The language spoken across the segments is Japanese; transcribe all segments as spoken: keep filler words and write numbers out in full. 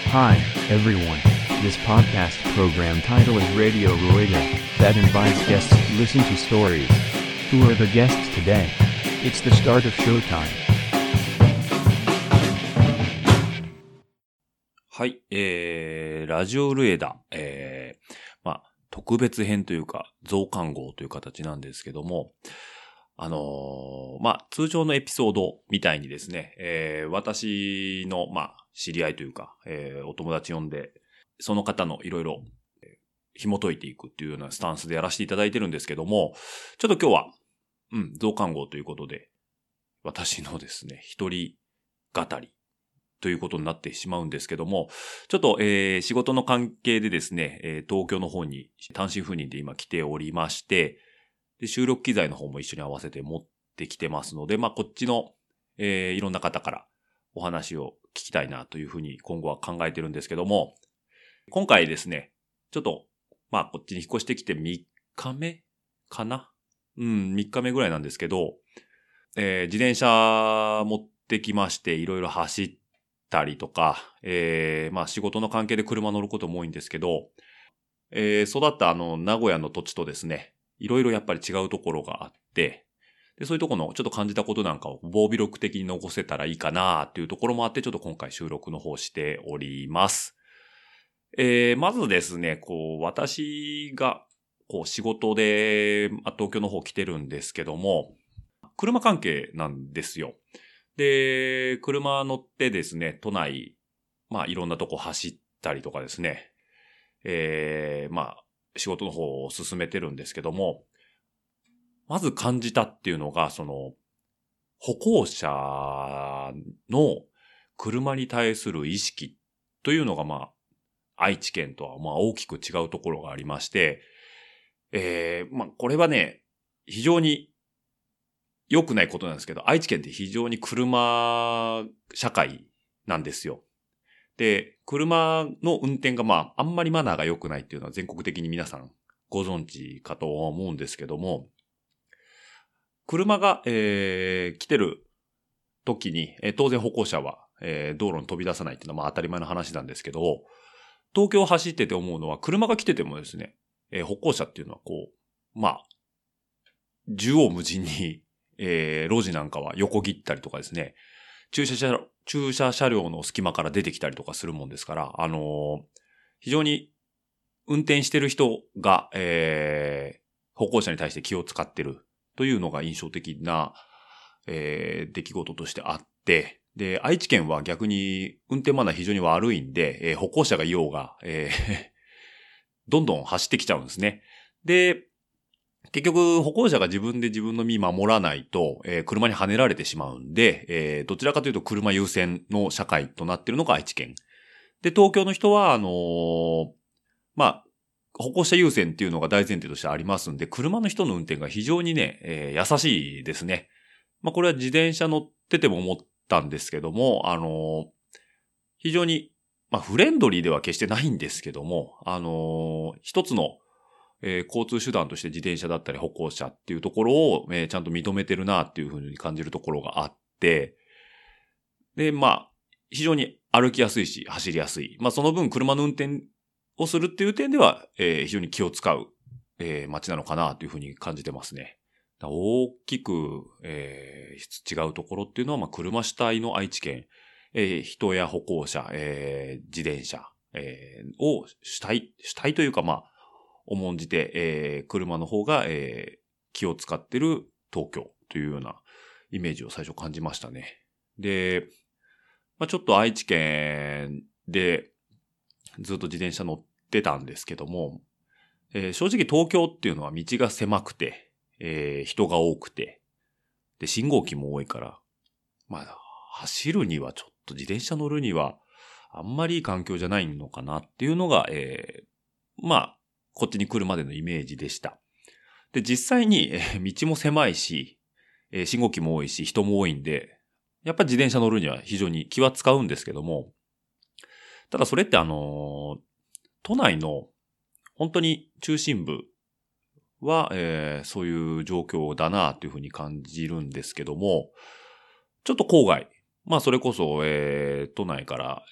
Hi, everyone. This podcast program title is Radio Rueda, that invites guests to listen to stories. Who are the guests today? It's the start of showtime. はい、えー、ラジオルエダ、えー、まあ、特別編というか、増刊号という形なんですけども、あのー、まあ、通常のエピソードみたいにですね、えー、私の、まあ、知り合いというか、えー、お友達呼んで、その方のいろいろ紐解いていくっていうようなスタンスでやらせていただいてるんですけども、ちょっと今日は、うん、増刊号ということで、私のですね、一人語りということになってしまうんですけども、ちょっと、えー、仕事の関係でですね、えー、東京の方に単身赴任で今来ておりまして、で、収録機材の方も一緒に合わせて持ってきてますので、まあ、こっちの、えー、いろんな方からお話を聞きたいなというふうに今後は考えてるんですけども、今回ですね、ちょっと、まあ、こっちに引っ越してきてみっかめかな？うん、みっかめぐらいなんですけど、えー、自転車持ってきまして、いろいろ走ったりとか、えー、まあ、仕事の関係で車乗ることも多いんですけど、えー、育ったあの、名古屋の土地とですね、いろいろやっぱり違うところがあって、で、そういうところのちょっと感じたことなんかを防備録的に残せたらいいかなっていうところもあって、ちょっと今回収録の方しております。えー、まずですね、こう、私が、こう、仕事で、東京の方来てるんですけども、車関係なんですよ。で、車乗ってですね、都内、まあ、いろんなとこ走ったりとかですね、えー、まあ、仕事の方を進めてるんですけども、まず感じたっていうのが、その、歩行者の車に対する意識というのが、まあ、愛知県とはまあ大きく違うところがありまして、えー、まあ、これはね、非常に良くないことなんですけど、愛知県って非常に車社会なんですよ。で、車の運転がまあ、あんまりマナーが良くないっていうのは全国的に皆さんご存知かと思うんですけども、車が、えー、来てる時に、えー、当然歩行者は、えー、道路に飛び出さないっていうのはまあ当たり前の話なんですけど、東京を走ってて思うのは、車が来ててもですね、えー、歩行者っていうのはこう、まあ、縦横無尽に、えー、路地なんかは横切ったりとかですね、駐車車、駐車車両の隙間から出てきたりとかするもんですから、あのー、非常に運転してる人が、えー、歩行者に対して気を使ってるというのが印象的な、えー、出来事としてあって、で、愛知県は逆に運転マナー非常に悪いんで、えー、歩行者がいようが、えー、どんどん走ってきちゃうんですね。で、結局歩行者が自分で自分の身守らないと、えー、車にはねられてしまうんで、えー、どちらかというと車優先の社会となっているのが愛知県。で、東京の人は、あのー、まあ、歩行者優先っていうのが大前提としてありますんで、車の人の運転が非常にね、えー、優しいですね。まあ、これは自転車乗ってても思ったんですけども、あのー、非常に、まあ、フレンドリーでは決してないんですけども、あのー、一つの、えー、交通手段として自転車だったり歩行者っていうところを、えー、ちゃんと認めてるなっていうふうに感じるところがあって、で、まあ、非常に歩きやすいし、走りやすい。まあ、その分車の運転をするっていう点では、えー、非常に気を使う、えー、街なのかなというふうに感じてますね。大きく、えー、違うところっていうのは、まあ、車主体の愛知県、えー、人や歩行者、えー、自転車、えー、を主体、主体というか、まあ、重んじて、えー、車の方が、えー、気を使ってる東京というようなイメージを最初感じましたね。で、まあ、ちょっと愛知県でずっと自転車乗ってたんですけども、えー、正直東京っていうのは道が狭くて、えー、人が多くて、で、信号機も多いから、まあ、走るにはちょっと自転車乗るにはあんまりいい環境じゃないのかなっていうのが、えー、まあ、こっちに来るまでのイメージでした。で、実際に、えー、道も狭いし、えー、信号機も多いし、人も多いんで、やっぱり自転車乗るには非常に気は使うんですけども、ただそれってあのー、都内の本当に中心部は、えー、そういう状況だなというふうに感じるんですけども、ちょっと郊外、まあそれこそ、えー、都内から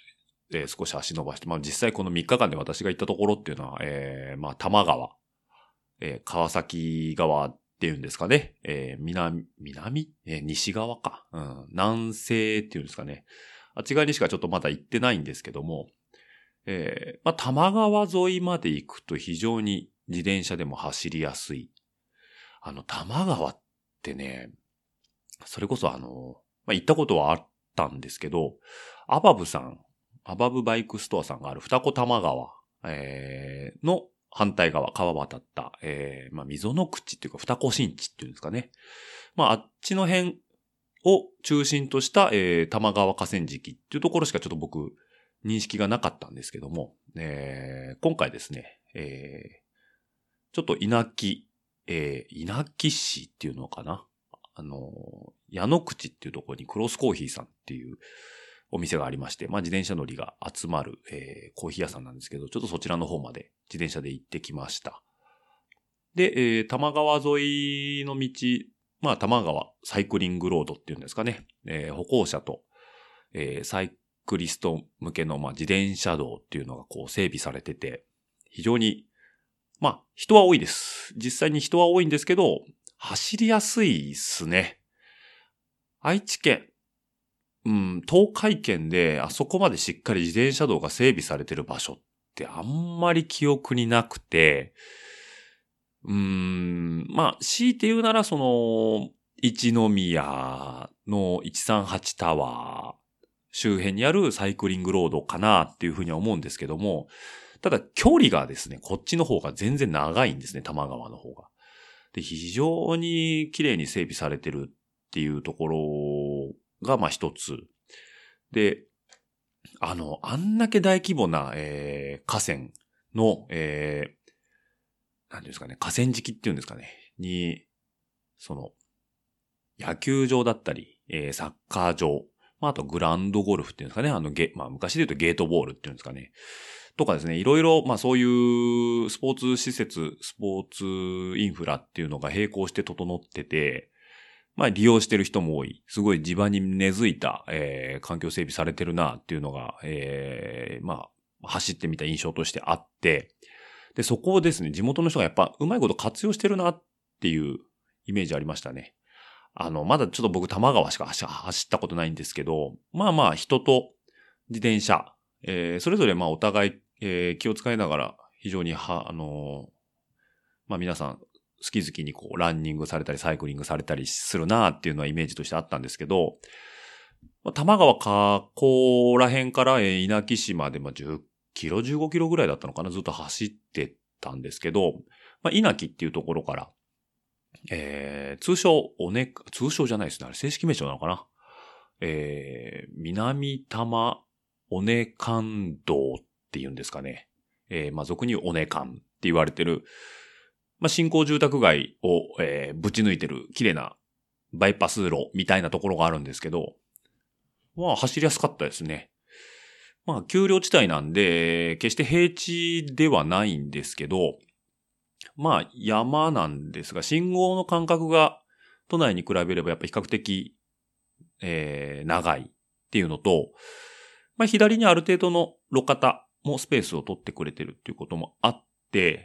えー、少し足伸ばして、まあ実際このみっかかんで私が行ったところっていうのは、えー、まあ多摩川、えー、川崎川っていうんですかね、えー、南、南、えー、西側か、うん、南西っていうんですかね。あっち側にしかちょっとまだ行ってないんですけども、えー、まあ多摩川沿いまで行くと非常に自転車でも走りやすい。あの、多摩川ってね、それこそあの、まあ、行ったことはあったんですけど、アバブさん、アバブバイクストアさんがある二子玉川、えー、の反対側、川渡った、えー、まあ、溝の口っていうか二子新地っていうんですかね。まあ、あっちの辺を中心とした、えー、玉川河川敷っていうところしかちょっと僕、認識がなかったんですけども、えー、今回ですね、えー、ちょっと稲城、えー、稲城市っていうのかな。あの、矢野口っていうところにクロスコーヒーさんっていうお店がありまして、まあ自転車乗りが集まる、えー、コーヒー屋さんなんですけど、ちょっとそちらの方まで自転車で行ってきました。で、えー、多摩川沿いの道、まあ多摩川サイクリングロードっていうんですかね、えー、歩行者と、えー、サイクリスト向けの、まあ、自転車道っていうのがこう整備されてて、非常に、まあ人は多いです。実際に人は多いんですけど、走りやすいっすね。愛知県、うん、東海圏であそこまでしっかり自転車道が整備されてる場所ってあんまり記憶になくて、うーん、まあ、強いて言うならその、一宮のいちさんはちタワー周辺にあるサイクリングロードかなっていうふうには思うんですけども、ただ距離がですね、こっちの方が全然長いんですね、多摩川の方が。で、非常に綺麗に整備されてるっていうところが、まあ一つ。で、あの、あんだけ大規模な、えー、河川の、えー、なんていうんですかね、河川敷っていうんですかね、に、その、野球場だったり、えー、サッカー場、まあ、あとグラウンドゴルフっていうんですかね、あのゲ、まあ昔で言うとゲートボールっていうんですかね、とかですね、いろいろ、まあそういうスポーツ施設、スポーツインフラっていうのが並行して整ってて、まあ利用してる人も多い。すごい地盤に根付いた、えー、環境整備されてるなっていうのが、えー、まあ走ってみた印象としてあって、で、そこをですね、地元の人がやっぱうまいこと活用してるなっていうイメージありましたね。あの、まだちょっと僕多摩川しか走ったことないんですけど、まあまあ人と自転車、えー、それぞれまあお互い、えー、気を使いながら非常には、あのー、まあ皆さん好き好きにこうランニングされたりサイクリングされたりするなっていうのはイメージとしてあったんですけど、まあ、多摩川河口ら辺から、えー、稲城市までまあじゅっキロ、じゅうごキロぐらいだったのかな、ずっと走ってたんですけど、まあ稲城っていうところから、えー、通称、おね、通称じゃないですね。あれ正式名称なのかな。えー、南多摩おねかん道っていうんですかね。えー、まあ、俗に言うおねかんって言われてる、まあ、新興住宅街を、えー、ぶち抜いてる綺麗なバイパス路みたいなところがあるんですけど、まあ、走りやすかったですね。まあ、丘陵地帯なんで、決して平地ではないんですけど、まあ、山なんですが、信号の間隔が都内に比べればやっぱ比較的、えー、長いっていうのと、まあ、左にある程度の路肩もスペースを取ってくれてるっていうこともあって、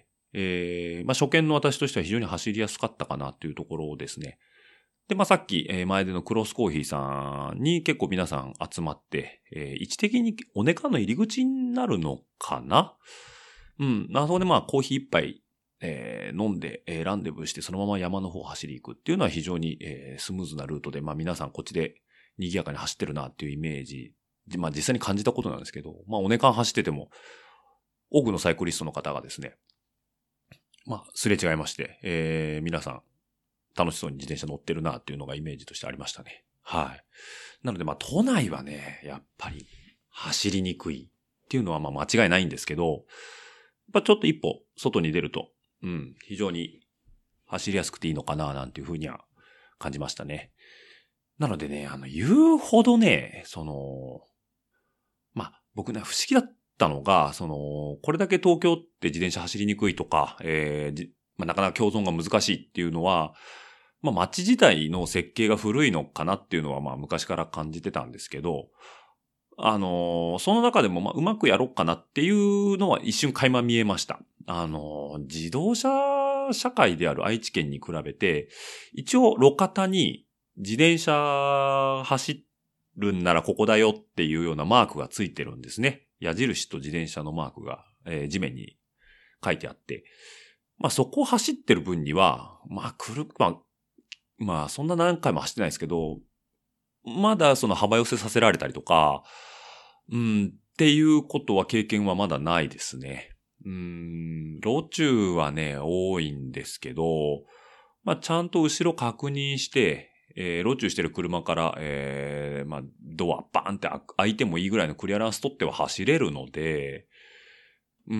えー、まあ、初見の私としては非常に走りやすかったかなっていうところですね。で、まあ、さっき、えー、前でのクロスコーヒーさんに結構皆さん集まって、えー、位置的におねかの入り口になるのかな？うん。あそこでまあ、コーヒー一杯、えー、飲んで、えー、ランデブーしてそのまま山の方を走り行くっていうのは非常に、えー、スムーズなルートで、まあ皆さんこっちで賑やかに走ってるなっていうイメージ、まあ実際に感じたことなんですけど、まあおねかん走ってても、多くのサイクリストの方がですね、まあすれ違いまして、えー、皆さん楽しそうに自転車乗ってるなっていうのがイメージとしてありましたね。はい。なのでまあ都内はね、やっぱり走りにくいっていうのはまあ間違いないんですけど、やっぱちょっと一歩外に出ると、うん、非常に走りやすくていいのかななんていうふうには感じましたね。なのでね、あの、言うほどね、その、まあ、僕ね、不思議だったのが、その、これだけ東京って自転車走りにくいとか、えーまあ、なかなか共存が難しいっていうのは、まあ、街自体の設計が古いのかなっていうのは、まあ、昔から感じてたんですけど、 あのー、その中でも、まあ、うまくやろうかなっていうのは一瞬垣間見えました。あのー、自動車社会である愛知県に比べて、一応路肩に自転車走るんならここだよっていうようなマークがついてるんですね。矢印と自転車のマークが、えー、地面に書いてあって、まあそこを走ってる分には、まあ来る、まあ、まあそんな何回も走ってないですけど、まだその幅寄せさせられたりとか、うん、っていうことは経験はまだないですね。うん、路中はね、多いんですけど、まあちゃんと後ろ確認して、えー、路中してる車から、えー、まあドアバーンって開いてもいいぐらいのクリアランス取っては走れるので、うん、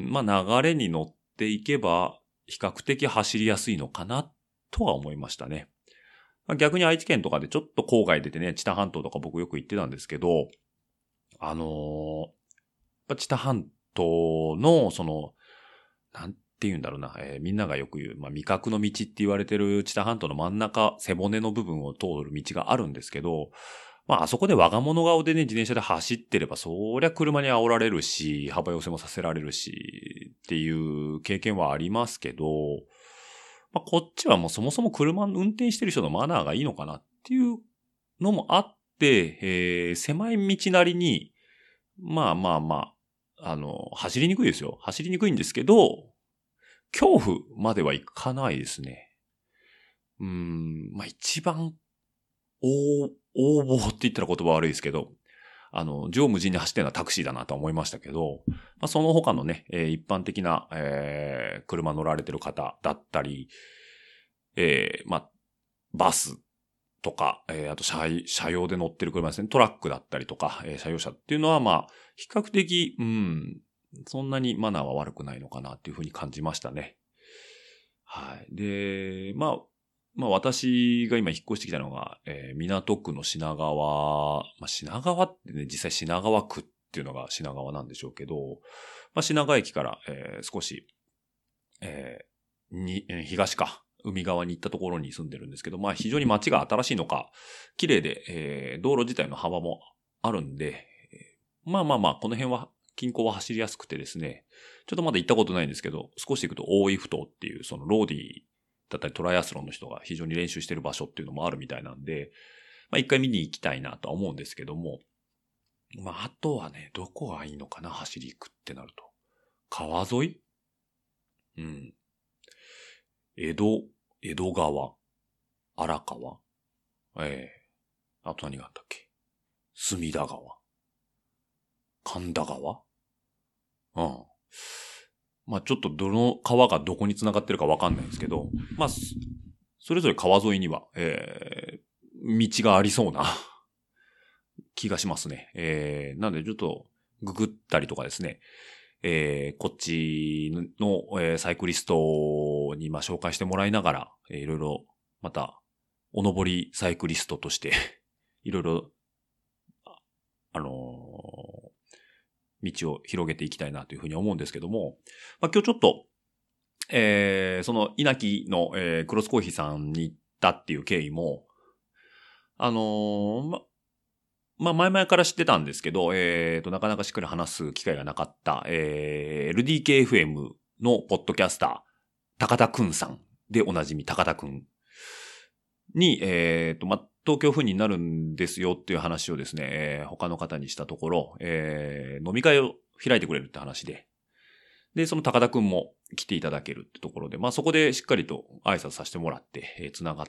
まあ流れに乗っていけば比較的走りやすいのかなとは思いましたね。逆に愛知県とかでちょっと郊外出てね、知多半島とか僕よく行ってたんですけど、あのー、知多半島の、その、なんて言うんだろうな、えー、みんながよく言う、まあ、味覚の道って言われてる知多半島の真ん中、背骨の部分を通る道があるんですけど、まあ、あそこで我が物顔でね、自転車で走ってれば、そりゃ車に煽られるし、幅寄せもさせられるし、っていう経験はありますけど、まあ、こっちはもうそもそも車運転してる人のマナーがいいのかなっていうのもあって、えー、狭い道なりに、まあまあまあ、あの、走りにくいですよ。走りにくいんですけど、恐怖まではいかないですね。うーん、まあ一番、横、横暴って言ったら言葉悪いですけど、あの、乗無尽に走ってるのはタクシーだなと思いましたけど、まあ、その他のね、えー、一般的な、えー、車乗られてる方だったり、えー、まあ、バスとか、えー、あと車、車用で乗ってる車ですね、トラックだったりとか、えー、車用車っていうのは、まあ、比較的、うん、そんなにマナーは悪くないのかなっていうふうに感じましたね。はい。で、まあ、まあ私が今引っ越してきたのが、えー、港区の品川、まあ品川ってね、実際品川区っていうのが品川なんでしょうけど、まあ品川駅から、えー、少し、えー、に、東か、海側に行ったところに住んでるんですけど、まあ非常に街が新しいのか、綺麗で、えー、道路自体の幅もあるんで、まあまあまあ、この辺は、近郊は走りやすくてですね、ちょっとまだ行ったことないんですけど、少し行くと大井ふ頭っていう、そのローディーだったりトライアスロンの人が非常に練習してる場所っていうのもあるみたいなんで、まあ一回見に行きたいなとは思うんですけども、まああとはね、どこがいいのかな、走り行くってなると。川沿い？うん。江戸、江戸川、荒川、ええー、あと何があったっけ？隅田川、神田川？うん。まあちょっとどの川がどこに繋がってるかわかんないんですけど、まあ、それぞれ川沿いには、えー、道がありそうな気がしますね。えー、なのでちょっとググったりとかですね、えー、こっちの、えー、サイクリストにまあ紹介してもらいながら、えー、いろいろまたお登りサイクリストとしていろいろあのー道を広げていきたいなというふうに思うんですけども、まあ、今日ちょっと、えー、その稲城の、えー、クロスコーヒーさんに行ったっていう経緯も、あのー、ま、まあ、前々から知ってたんですけど、えーと、なかなかしっかり話す機会がなかった、えー、エルディーケーエフエム のポッドキャスター、高田くんさんでおなじみ高田くんに、えーと、ま、東京府になるんですよっていう話をですね、えー、他の方にしたところ、えー、飲み会を開いてくれるって話で、で、その高田くんも来ていただけるってところで、まあそこでしっかりと挨拶させてもらって、えー、つながった、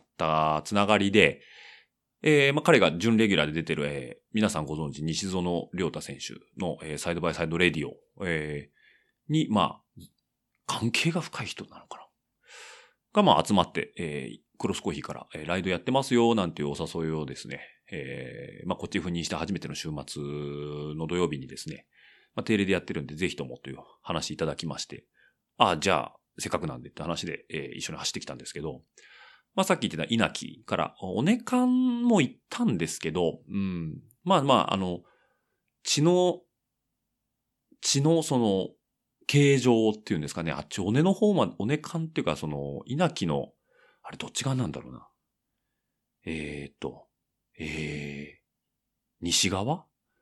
つながりで、えー、まあ彼が準レギュラーで出てる、えー、皆さんご存知、西園亮太選手の、えー、サイドバイサイドレディオ、えー、に、まあ、関係が深い人なのかなが、まあ集まって、えー、クロスコーヒーから、えー、ライドやってますよ、なんていうお誘いをですね、えー、まあこっち赴任して初めての週末の土曜日にですね、まあ定例でやってるんでぜひともという話いただきまして、ああ、じゃあ、せっかくなんでって話で、えー、一緒に走ってきたんですけど、まあさっき言ってた稲城からおねかんも行ったんですけど、うん、まあまあ、あの、血の、血のその、形状っていうんですかね、あっち、尾根の方まで、尾根間っていうか、その、稲城の、あれ、どっち側なんだろうな。えーっと、えー、西側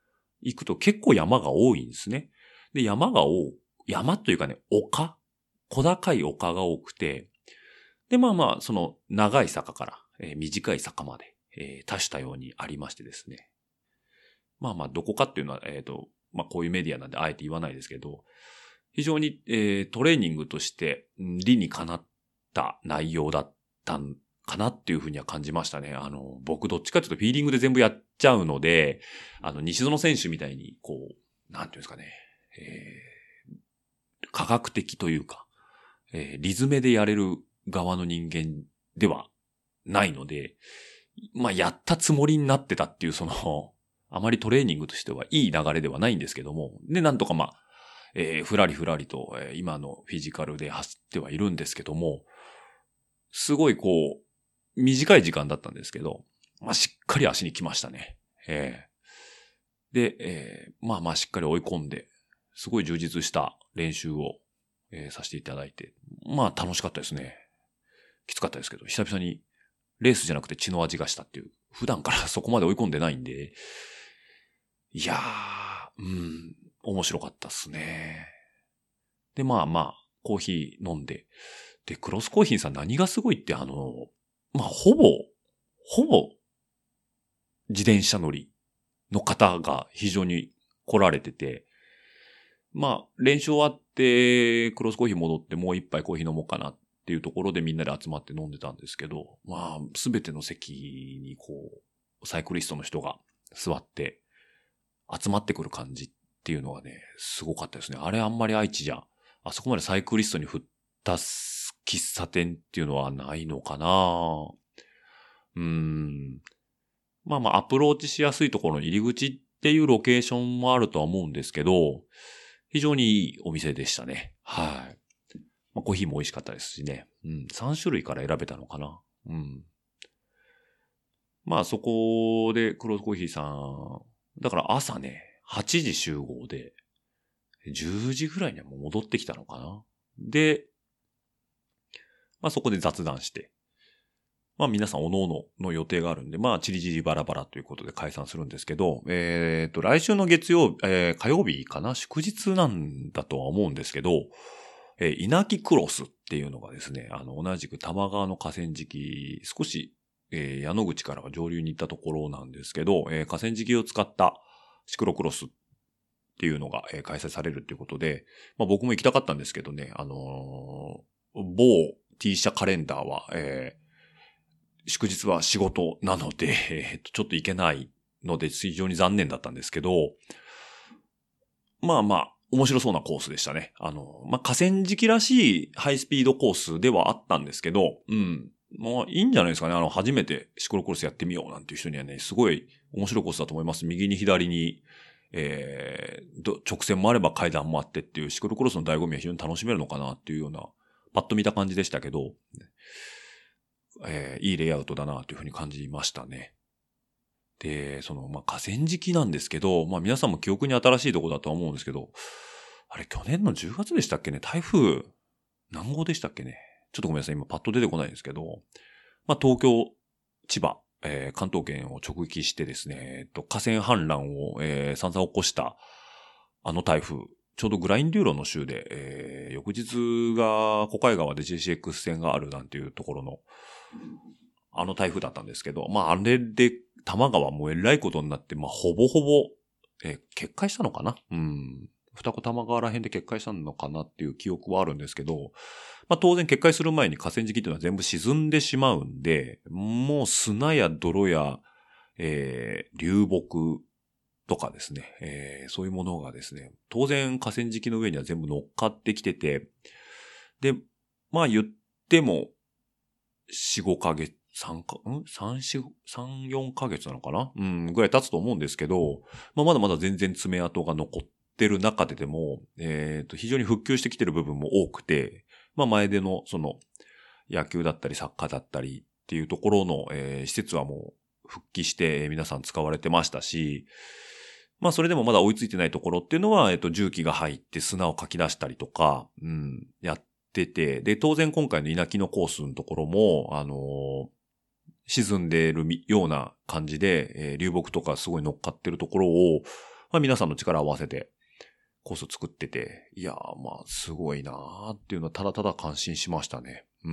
行くと結構山が多いんですね。で、山が多、山というかね、丘小高い丘が多くて、で、まあまあ、その長い坂から、えー、短い坂まで、えー、多種多様にありましてですね。まあまあ、どこかっていうのは、えっと、まあこういうメディアなんであえて言わないですけど、非常に、えー、トレーニングとして理にかなった内容だったんかなっていうふうには感じましたね。あの、僕どっちかというとフィーリングで全部やっちゃうので、あの、西園選手みたいに、こう、なんていうんですかね、えー、科学的というか、えー、リズメでやれる側の人間ではないので、まあ、やったつもりになってたっていう、その、あまりトレーニングとしてはいい流れではないんですけども、で、なんとかまあ、えー、ふらりふらりと、えー、今のフィジカルで走ってはいるんですけども、すごいこう、短い時間だったんですけど、まあ、しっかり足に来ましたね。えー、で、えー、まあまあしっかり追い込んで、すごい充実した練習を、えー、させていただいて、まあ楽しかったですね。きつかったですけど、久々にレースじゃなくて血の味がしたっていう、普段からそこまで追い込んでないんで、いやー、うん、面白かったっすね。で、まあまあ、コーヒー飲んで。で、クロスコーヒーさん何がすごいってあの、まあほぼ、ほぼ、自転車乗りの方が非常に来られてて、まあ、練習終わって、クロスコーヒー戻ってもう一杯コーヒー飲もうかなっていうところでみんなで集まって飲んでたんですけど、まあ、すべての席にこう、サイクリストの人が座って集まってくる感じっていうのがね、すごかったですね。あれあんまり愛知じゃ、あそこまでサイクリストに振った喫茶店っていうのはないのかな。うーん。まあまあ、アプローチしやすいところの入り口っていうロケーションもあるとは思うんですけど、非常にいいお店でしたね。はい。まあ、コーヒーも美味しかったですしね。うん。さん種類から選べたのかな。うん。まあそこでクロスコーヒーさん、だから朝ね、はちじ集合で、じゅうじぐらいにはもう戻ってきたのかな。で、まあそこで雑談して、まあ皆さんおのおのの予定があるんで、まあチリチリバラバラということで解散するんですけど、えっと、来週の月曜日、えー、火曜日かな祝日なんだとは思うんですけど、えー、稲城クロスっていうのがですね、あの、同じく多摩川の河川敷、少し、えー、矢野口からは上流に行ったところなんですけど、えー、河川敷を使ったシクロクロスっていうのが、えー、開催されるっていうことで、まあ僕も行きたかったんですけどね、あのー、某 T 社カレンダーは、えー、祝日は仕事なので、えー、ちょっと行けないので非常に残念だったんですけど、まあまあ、面白そうなコースでしたね。あの、まあ、河川敷らしいハイスピードコースではあったんですけど、うん。まあ、いいんじゃないですかね。あの、初めてシクロクロスやってみようなんていう人にはね、すごい面白いコースだと思います。右に左に、えー、直線もあれば階段もあってっていうシクロクロスの醍醐味は非常に楽しめるのかなっていうような、パッと見た感じでしたけど、えー、いいレイアウトだなというふうに感じましたね。で、その、まあ、河川敷なんですけど、まあ、皆さんも記憶に新しいところだとは思うんですけど、あれ、去年のじゅうがつでしたっけね、台風、何号でしたっけね。ちょっとごめんなさい、今パッと出てこないんですけど、まあ、東京、千葉、えー、関東圏を直撃してですね、えっと、河川氾濫を、えー、散々起こした、あの台風、ちょうどグラインデューロの州で、えー、翌日が、小海川で ジェーシーエックス 線があるなんていうところの、あの台風だったんですけど、まあ、あれで、多摩川もえらいことになって、まあ、ほぼほぼ、えー、決壊したのかなうん。二子玉川ら辺で決壊したのかなっていう記憶はあるんですけど、まあ当然決壊する前に河川敷っていうのは全部沈んでしまうんで、もう砂や泥や、えー、流木とかですね、えー、そういうものがですね、当然河川敷の上には全部乗っかってきてて、で、まあ言っても、四五ヶ月、三か、ん三、四、三、四ヶ月なのかなうん、ぐらい経つと思うんですけど、まあまだまだ全然爪痕が残ってる中ででも、えっと、非常に復旧してきてる部分も多くて、まあ前での、その、野球だったりサッカーだったりっていうところの、えー、施設はもう復帰して皆さん使われてましたし、まあそれでもまだ追いついてないところっていうのは、えっと、重機が入って砂をかき出したりとか、うん、やってて、で、当然今回の稲城のコースのところも、あのー、沈んでいるような感じで、えー、流木とかすごい乗っかってるところを、 まあ皆さんの力を合わせてコース作ってて、いやーまあすごいなーっていうのはただただ感心しましたね。うん。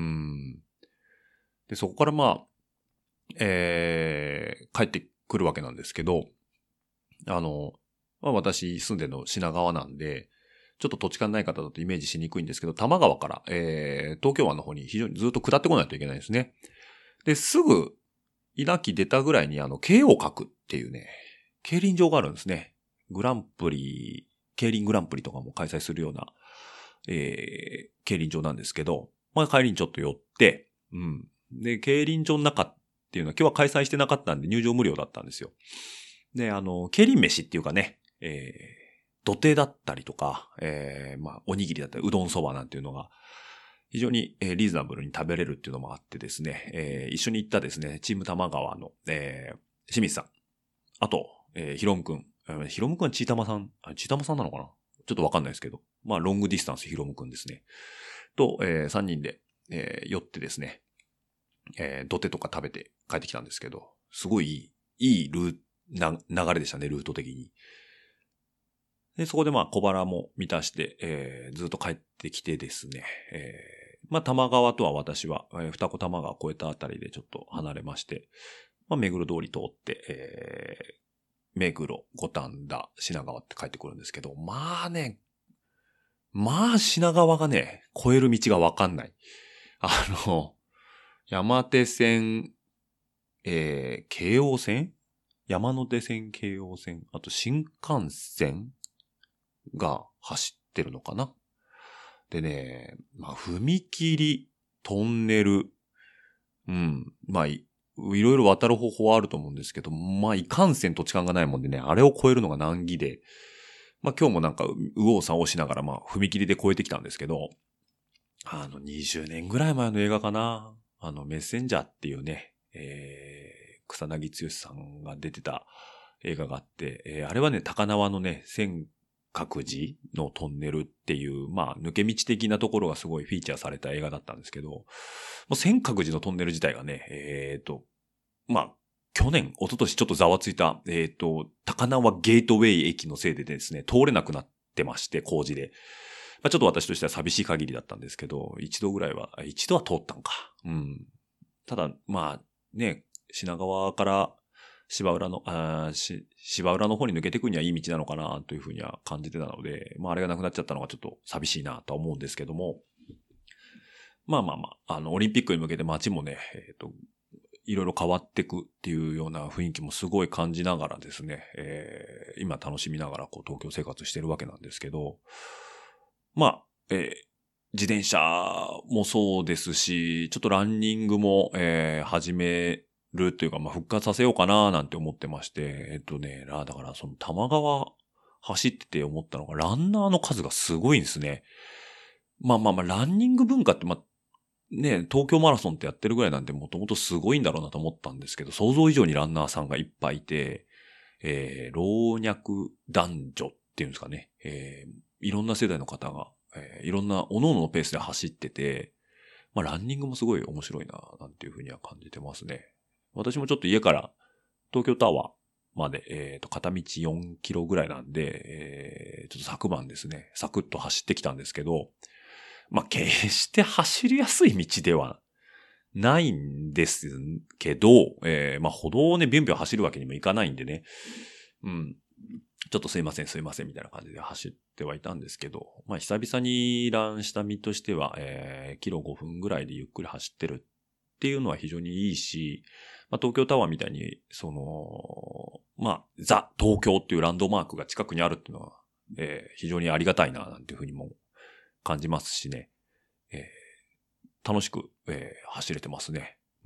で、そこからまあ、えー、帰ってくるわけなんですけど、あの、まあ私住んでるの品川なんで、ちょっと土地勘ない方だとイメージしにくいんですけど、多摩川から、えー、東京湾の方に非常にずっと下ってこないといけないんですね。で、すぐ、稲城出たぐらいにあの、京王閣っていうね、競輪場があるんですね。グランプリ、競輪グランプリとかも開催するような、えー、競輪場なんですけど、まあ帰りにちょっと寄って、うん。で、競輪場の中っていうのは今日は開催してなかったんで入場無料だったんですよ。で、あの、競輪飯っていうかね、えー、土手だったりとか、えー、まあ、おにぎりだったり、うどんそばなんていうのが、非常に、えー、リーズナブルに食べれるっていうのもあってですね、えー、一緒に行ったですね、チーム玉川の、えー、清水さん。あと、えー、ヒロムくん。えー、ヒロムくんはチータマさん、あ、チータマさんなのかなちょっとわかんないですけど。まあ、ロングディスタンスヒロムくんですね。と、えー、さんにんで、えー、寄ってですね、えー、土手とか食べて帰ってきたんですけど、すごいいい、いいルーな、流れでしたね、ルート的に。で、そこでまあ小腹も満たして、えー、ずっと帰ってきてですね、えー、まあ玉川とは私は、えー、二子玉川越えたあたりでちょっと離れまして、まあ目黒通り通って、えー、目黒、五反田、品川って帰ってくるんですけど、まあね、まあ品川がね、越える道がわかんない。あの、山手線、えー、京王線山手線、京王線、あと新幹線が走ってるのかな。でね、まあ、踏切、トンネル、うん、まあい、いろいろ渡る方法はあると思うんですけど、まあ、いかんせん土地勘がないもんでね、あれを越えるのが難儀で、まあ今日もなんか、右往左往しながら、まあ、踏切で越えてきたんですけど、あの、にじゅうねんぐらい前の映画かな。あの、メッセンジャーっていうね、えー、草薙剛さんが出てた映画があって、えー、あれはね、高輪のね、尖閣寺のトンネルっていう、まあ、抜け道的なところがすごいフィーチャーされた映画だったんですけど、もう尖閣寺のトンネル自体がね、えーと、まあ、去年、一昨年ちょっとざわついた、えーと、高輪ゲートウェイ駅のせいでですね、通れなくなってまして、工事で。まあ、ちょっと私としては寂しい限りだったんですけど、一度ぐらいは、一度は通ったんか。うん。ただ、まあ、ね、品川から芝浦の、あし芝浦の方に抜けていくにはいい道なのかなというふうには感じてたので、まああれがなくなっちゃったのがちょっと寂しいなとは思うんですけども、まあまあまあ、あの、オリンピックに向けて街もね、えっと、いろいろ変わっていくっていうような雰囲気もすごい感じながらですね、えー、今楽しみながらこう東京生活してるわけなんですけど、まあ、えー、自転車もそうですし、ちょっとランニングも、えー、始めるというか、まあ、復活させようかななんて思ってまして、えっとね、だからその玉川走ってて思ったのが、ランナーの数がすごいんですね。まあまあまあ、ランニング文化って、まあ、ね、東京マラソンってやってるぐらいなんで、もともとすごいんだろうなと思ったんですけど、想像以上にランナーさんがいっぱいいて、えー、老若男女っていうんですかね、えー、いろんな世代の方が、えー、いろんな各々のペースで走ってて、まあランニングもすごい面白いな、なんていうふうには感じてますね。私もちょっと家から東京タワーまで、えっと、片道よんキロぐらいなんで、えー、ちょっと昨晩ですね、サクッと走ってきたんですけど、まあ決して走りやすい道ではないんですけど、えー、まあ歩道をね、ビュンビュン走るわけにもいかないんでね、うん。ちょっとすいませんすいませんみたいな感じで走ってはいたんですけど、まあ久々にランした身としては、えー、キロごふんぐらいでゆっくり走ってるっていうのは非常にいいし、まあ東京タワーみたいに、その、まあザ・東京っていうランドマークが近くにあるっていうのは、えー、非常にありがたいななんていうふうにも感じますしね、えー、楽しく、えー、走れてますね。うん。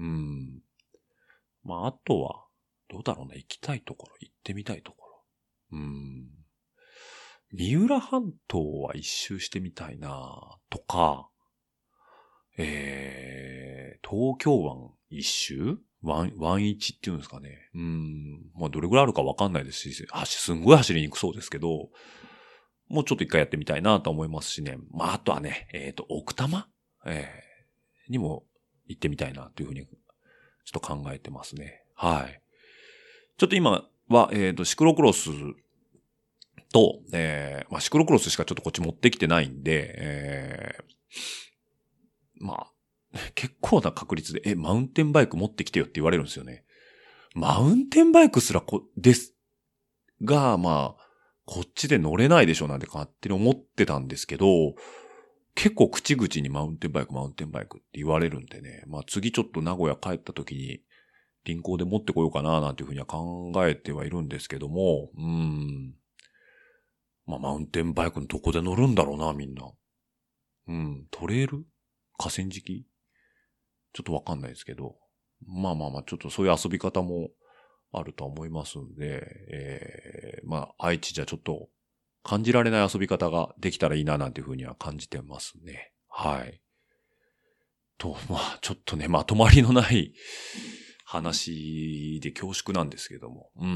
まああとは、どうだろうね、行きたいところ、行ってみたいところ。うん。三浦半島は一周してみたいなとか、えー、東京湾一周湾、湾一っていうんですかね。うん。まあ、どれぐらいあるかわかんないですし、すんごい走りにくそうですけど、もうちょっと一回やってみたいなと思いますしね。まあ、あとはね、えっと、奥多摩えー、にも行ってみたいなというふうに、ちょっと考えてますね。はい。ちょっと今は、えっと、シクロクロスと、えー、まあ、シクロクロスしかちょっとこっち持ってきてないんで、えー、まあ、結構な確率で、え、マウンテンバイク持ってきてよって言われるんですよね。マウンテンバイクすらこ、です。が、まあ、こっちで乗れないでしょなんて勝手に思ってたんですけど、結構口々にマウンテンバイク、マウンテンバイクって言われるんでね。まあ次ちょっと名古屋帰った時に、臨港で持ってこようかななんていうふうには考えてはいるんですけども、うーん。まあマウンテンバイクのどこで乗るんだろうな、みんな。うん。トレイル？河川敷？ちょっとわかんないですけど。まあまあまあ、ちょっとそういう遊び方もあると思いますんで、えー、まあ愛知じゃちょっと感じられない遊び方ができたらいいななんていうふうには感じてますね。はい。と、まあちょっとね、まとまりのない話で恐縮なんですけども。うん。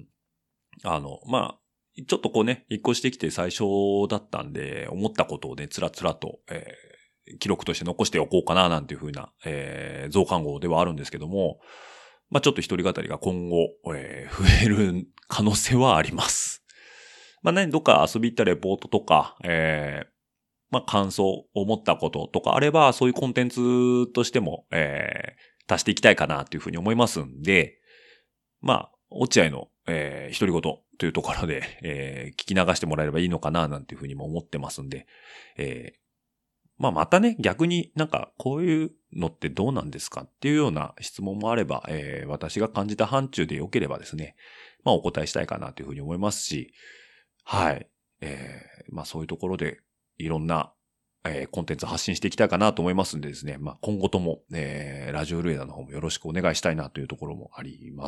あの、まあ、ちょっとこうね、引っ越してきて最初だったんで、思ったことをね、つらつらと、えー、記録として残しておこうかななんていうふうな、えー、増刊号ではあるんですけども、まあちょっと一人語りが今後、えー、増える可能性はあります。まあね、どっか遊び行ったレポートとか、えー、まあ感想、思ったこととかあれば、そういうコンテンツとしても、えー、足していきたいかなというふうに思いますんで、まあ、落合の、えー、独り言というところで、えー、聞き流してもらえればいいのかななんていうふうにも思ってますんで、えー、まあまたね、逆になんかこういうのってどうなんですかっていうような質問もあれば、えー、私が感じた範疇でよければですね、まあお答えしたいかなというふうに思いますし、はい。えー、まあそういうところでいろんな、えー、コンテンツ発信していきたいかなと思いますんでですね、まあ今後とも、えー、ラジオルエダの方もよろしくお願いしたいなというところもあります。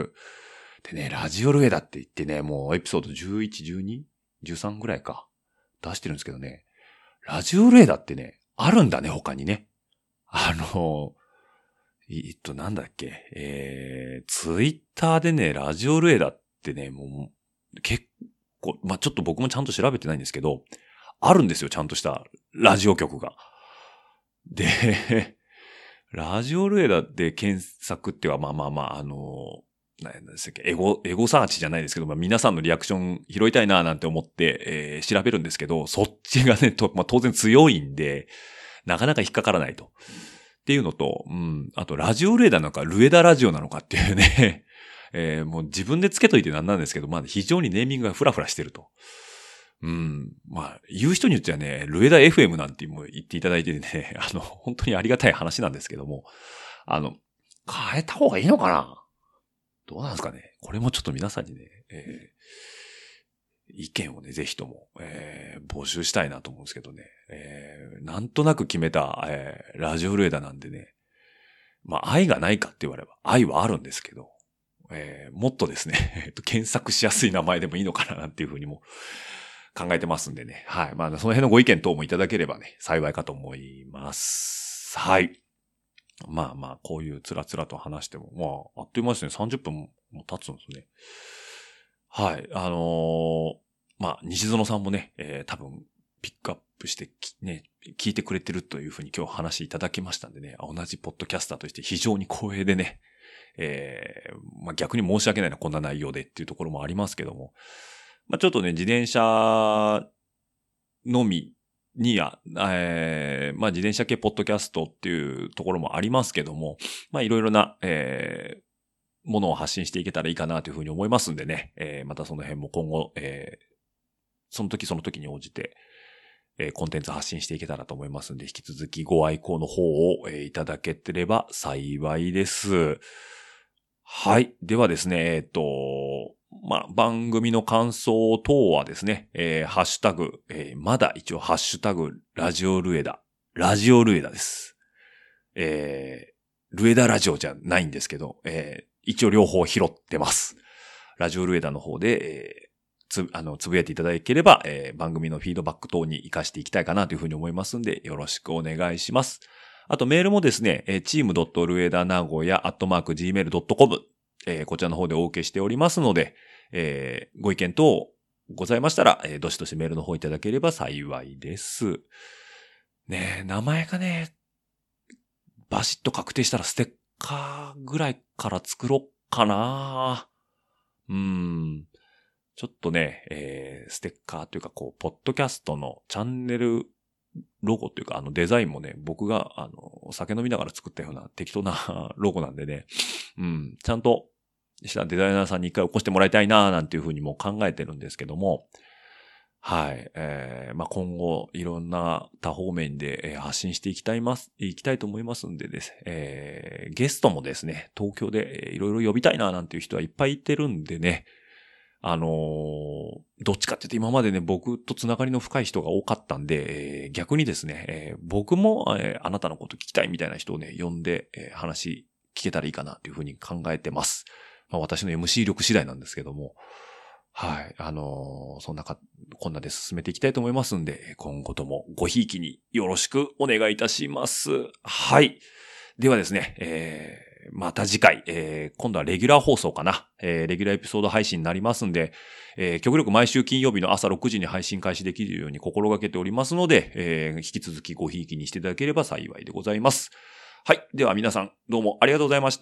でね、ラジオルエダって言ってね、もうエピソードじゅういち、じゅうに、じゅうさんぐらいか出してるんですけどね、ラジオルエダってね、あるんだね、他にね。あの、えっと、なんだっけ、えー、ツイッターでね、ラジオルエダってね、もう、結構、まあ、ちょっと僕もちゃんと調べてないんですけど、あるんですよ、ちゃんとしたラジオ局が。で、ラジオルエダで検索っていうか、まあまあまあ、あの、何でしたっけ、エゴ、エゴサーチじゃないですけど、まあ皆さんのリアクション拾いたいななんて思って、えー、調べるんですけど、そっちがね、とまあ当然強いんで、なかなか引っかからないと。っていうのと、うん、あとラジオルエダなのか、ルエダラジオなのかっていうね、えー、もう自分でつけといてなんなんですけど、まあ非常にネーミングがフラフラしてると。うん。まあ、言う人によってはね、ルエダ エフエム なんても言っていただいてね、あの、本当にありがたい話なんですけども、あの、変えた方がいいのかな？どうなんですかね。これもちょっと皆さんにね、えー、意見をね、ぜひとも、えー、募集したいなと思うんですけどね。えー、なんとなく決めた、えー、ラジオルエダなんでね。まあ、愛がないかって言われば、愛はあるんですけど、えー、もっとですね、検索しやすい名前でもいいのかななんていうふうにも考えてますんでね。はい。まあ、その辺のご意見等もいただければね、幸いかと思います。はい。まあまあ、こういうつらつらと話しても、まあ、あっという間ですね。さんじゅっぷんも経つんですね。はい。あのー、まあ、西園さんもね、えー、多分、ピックアップしてね、聞いてくれてるというふうに今日話いただきましたんでね、同じポッドキャスターとして非常に光栄でね、えー、まあ逆に申し訳ないな、こんな内容でっていうところもありますけども、まあちょっとね、自転車のみには、えー、まあ自転車系ポッドキャストっていうところもありますけども、まあいろいろな、えー、ものを発信していけたらいいかなというふうに思いますんでね、えー、またその辺も今後、えー、その時その時に応じて、えー、コンテンツ発信していけたらと思いますんで、引き続きご愛好の方を、えー、いただけてれば幸いです。はい。ではですね、えっと、まあ、番組の感想等はですね、えー、ハッシュタグ、えー、まだ一応ハッシュタグ、ラジオルエダ。ラジオルエダです。えー、ルエダラジオじゃないんですけど、えー、一応両方拾ってます。ラジオルエダの方で、えーつ、あの、つぶやいていただければ、えー、番組のフィードバック等に活かしていきたいかなというふうに思いますんで、よろしくお願いします。あとメールもですね、チーム ルエダ名古屋 アットマークジーメールドットコム、えー、こちらの方でお受けしておりますので、えー、ご意見等ございましたら、えー、どしどしメールの方いただければ幸いです。ねえ、名前がね、バシッと確定したらステッカーぐらいから作ろっかな。うーん。 ちょっとね、えー、ステッカーというか、こう、ポッドキャストのチャンネルロゴというか、あのデザインもね、僕が、あの、酒飲みながら作ったような適当なロゴなんでね、うん、ちゃんとしたデザイナーさんに一回起こしてもらいたいなーなんていうふうにも考えてるんですけども、はい、えー、まあ、今後、いろんな多方面で、えー、発信していきたいます、いきたいと思いますんでですね、えー、ゲストもですね、東京で、えー、いろいろ呼びたいななんていう人はいっぱいいてるんでね、あのー、どっちかって言って今までね、僕とつながりの深い人が多かったんで、えー、逆にですね、えー、僕も、えー、あなたのこと聞きたいみたいな人をね、呼んで、えー、話聞けたらいいかなというふうに考えてます。まあ、私の エムシー 力次第なんですけども、はい、あのー、そんなか、こんなで進めていきたいと思いますんで、今後ともごひいきによろしくお願いいたします。はい。ではですね、えーまた次回、えー、今度はレギュラー放送かな。えー、レギュラーエピソード配信になりますんで、えー、極力毎週金曜日の朝ろくじに配信開始できるように心がけておりますので、えー、引き続きごひいきにしていただければ幸いでございます。はい。では皆さん、どうもありがとうございました。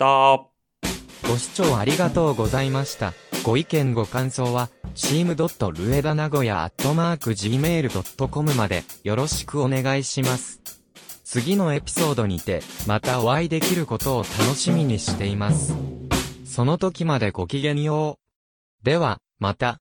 ご視聴ありがとうございました。ご意見ご感想は、チームドットルエダ名古屋アットマークジーメールドットコム までよろしくお願いします。次のエピソードにて、またお会いできることを楽しみにしています。その時までごきげんよう。では、また。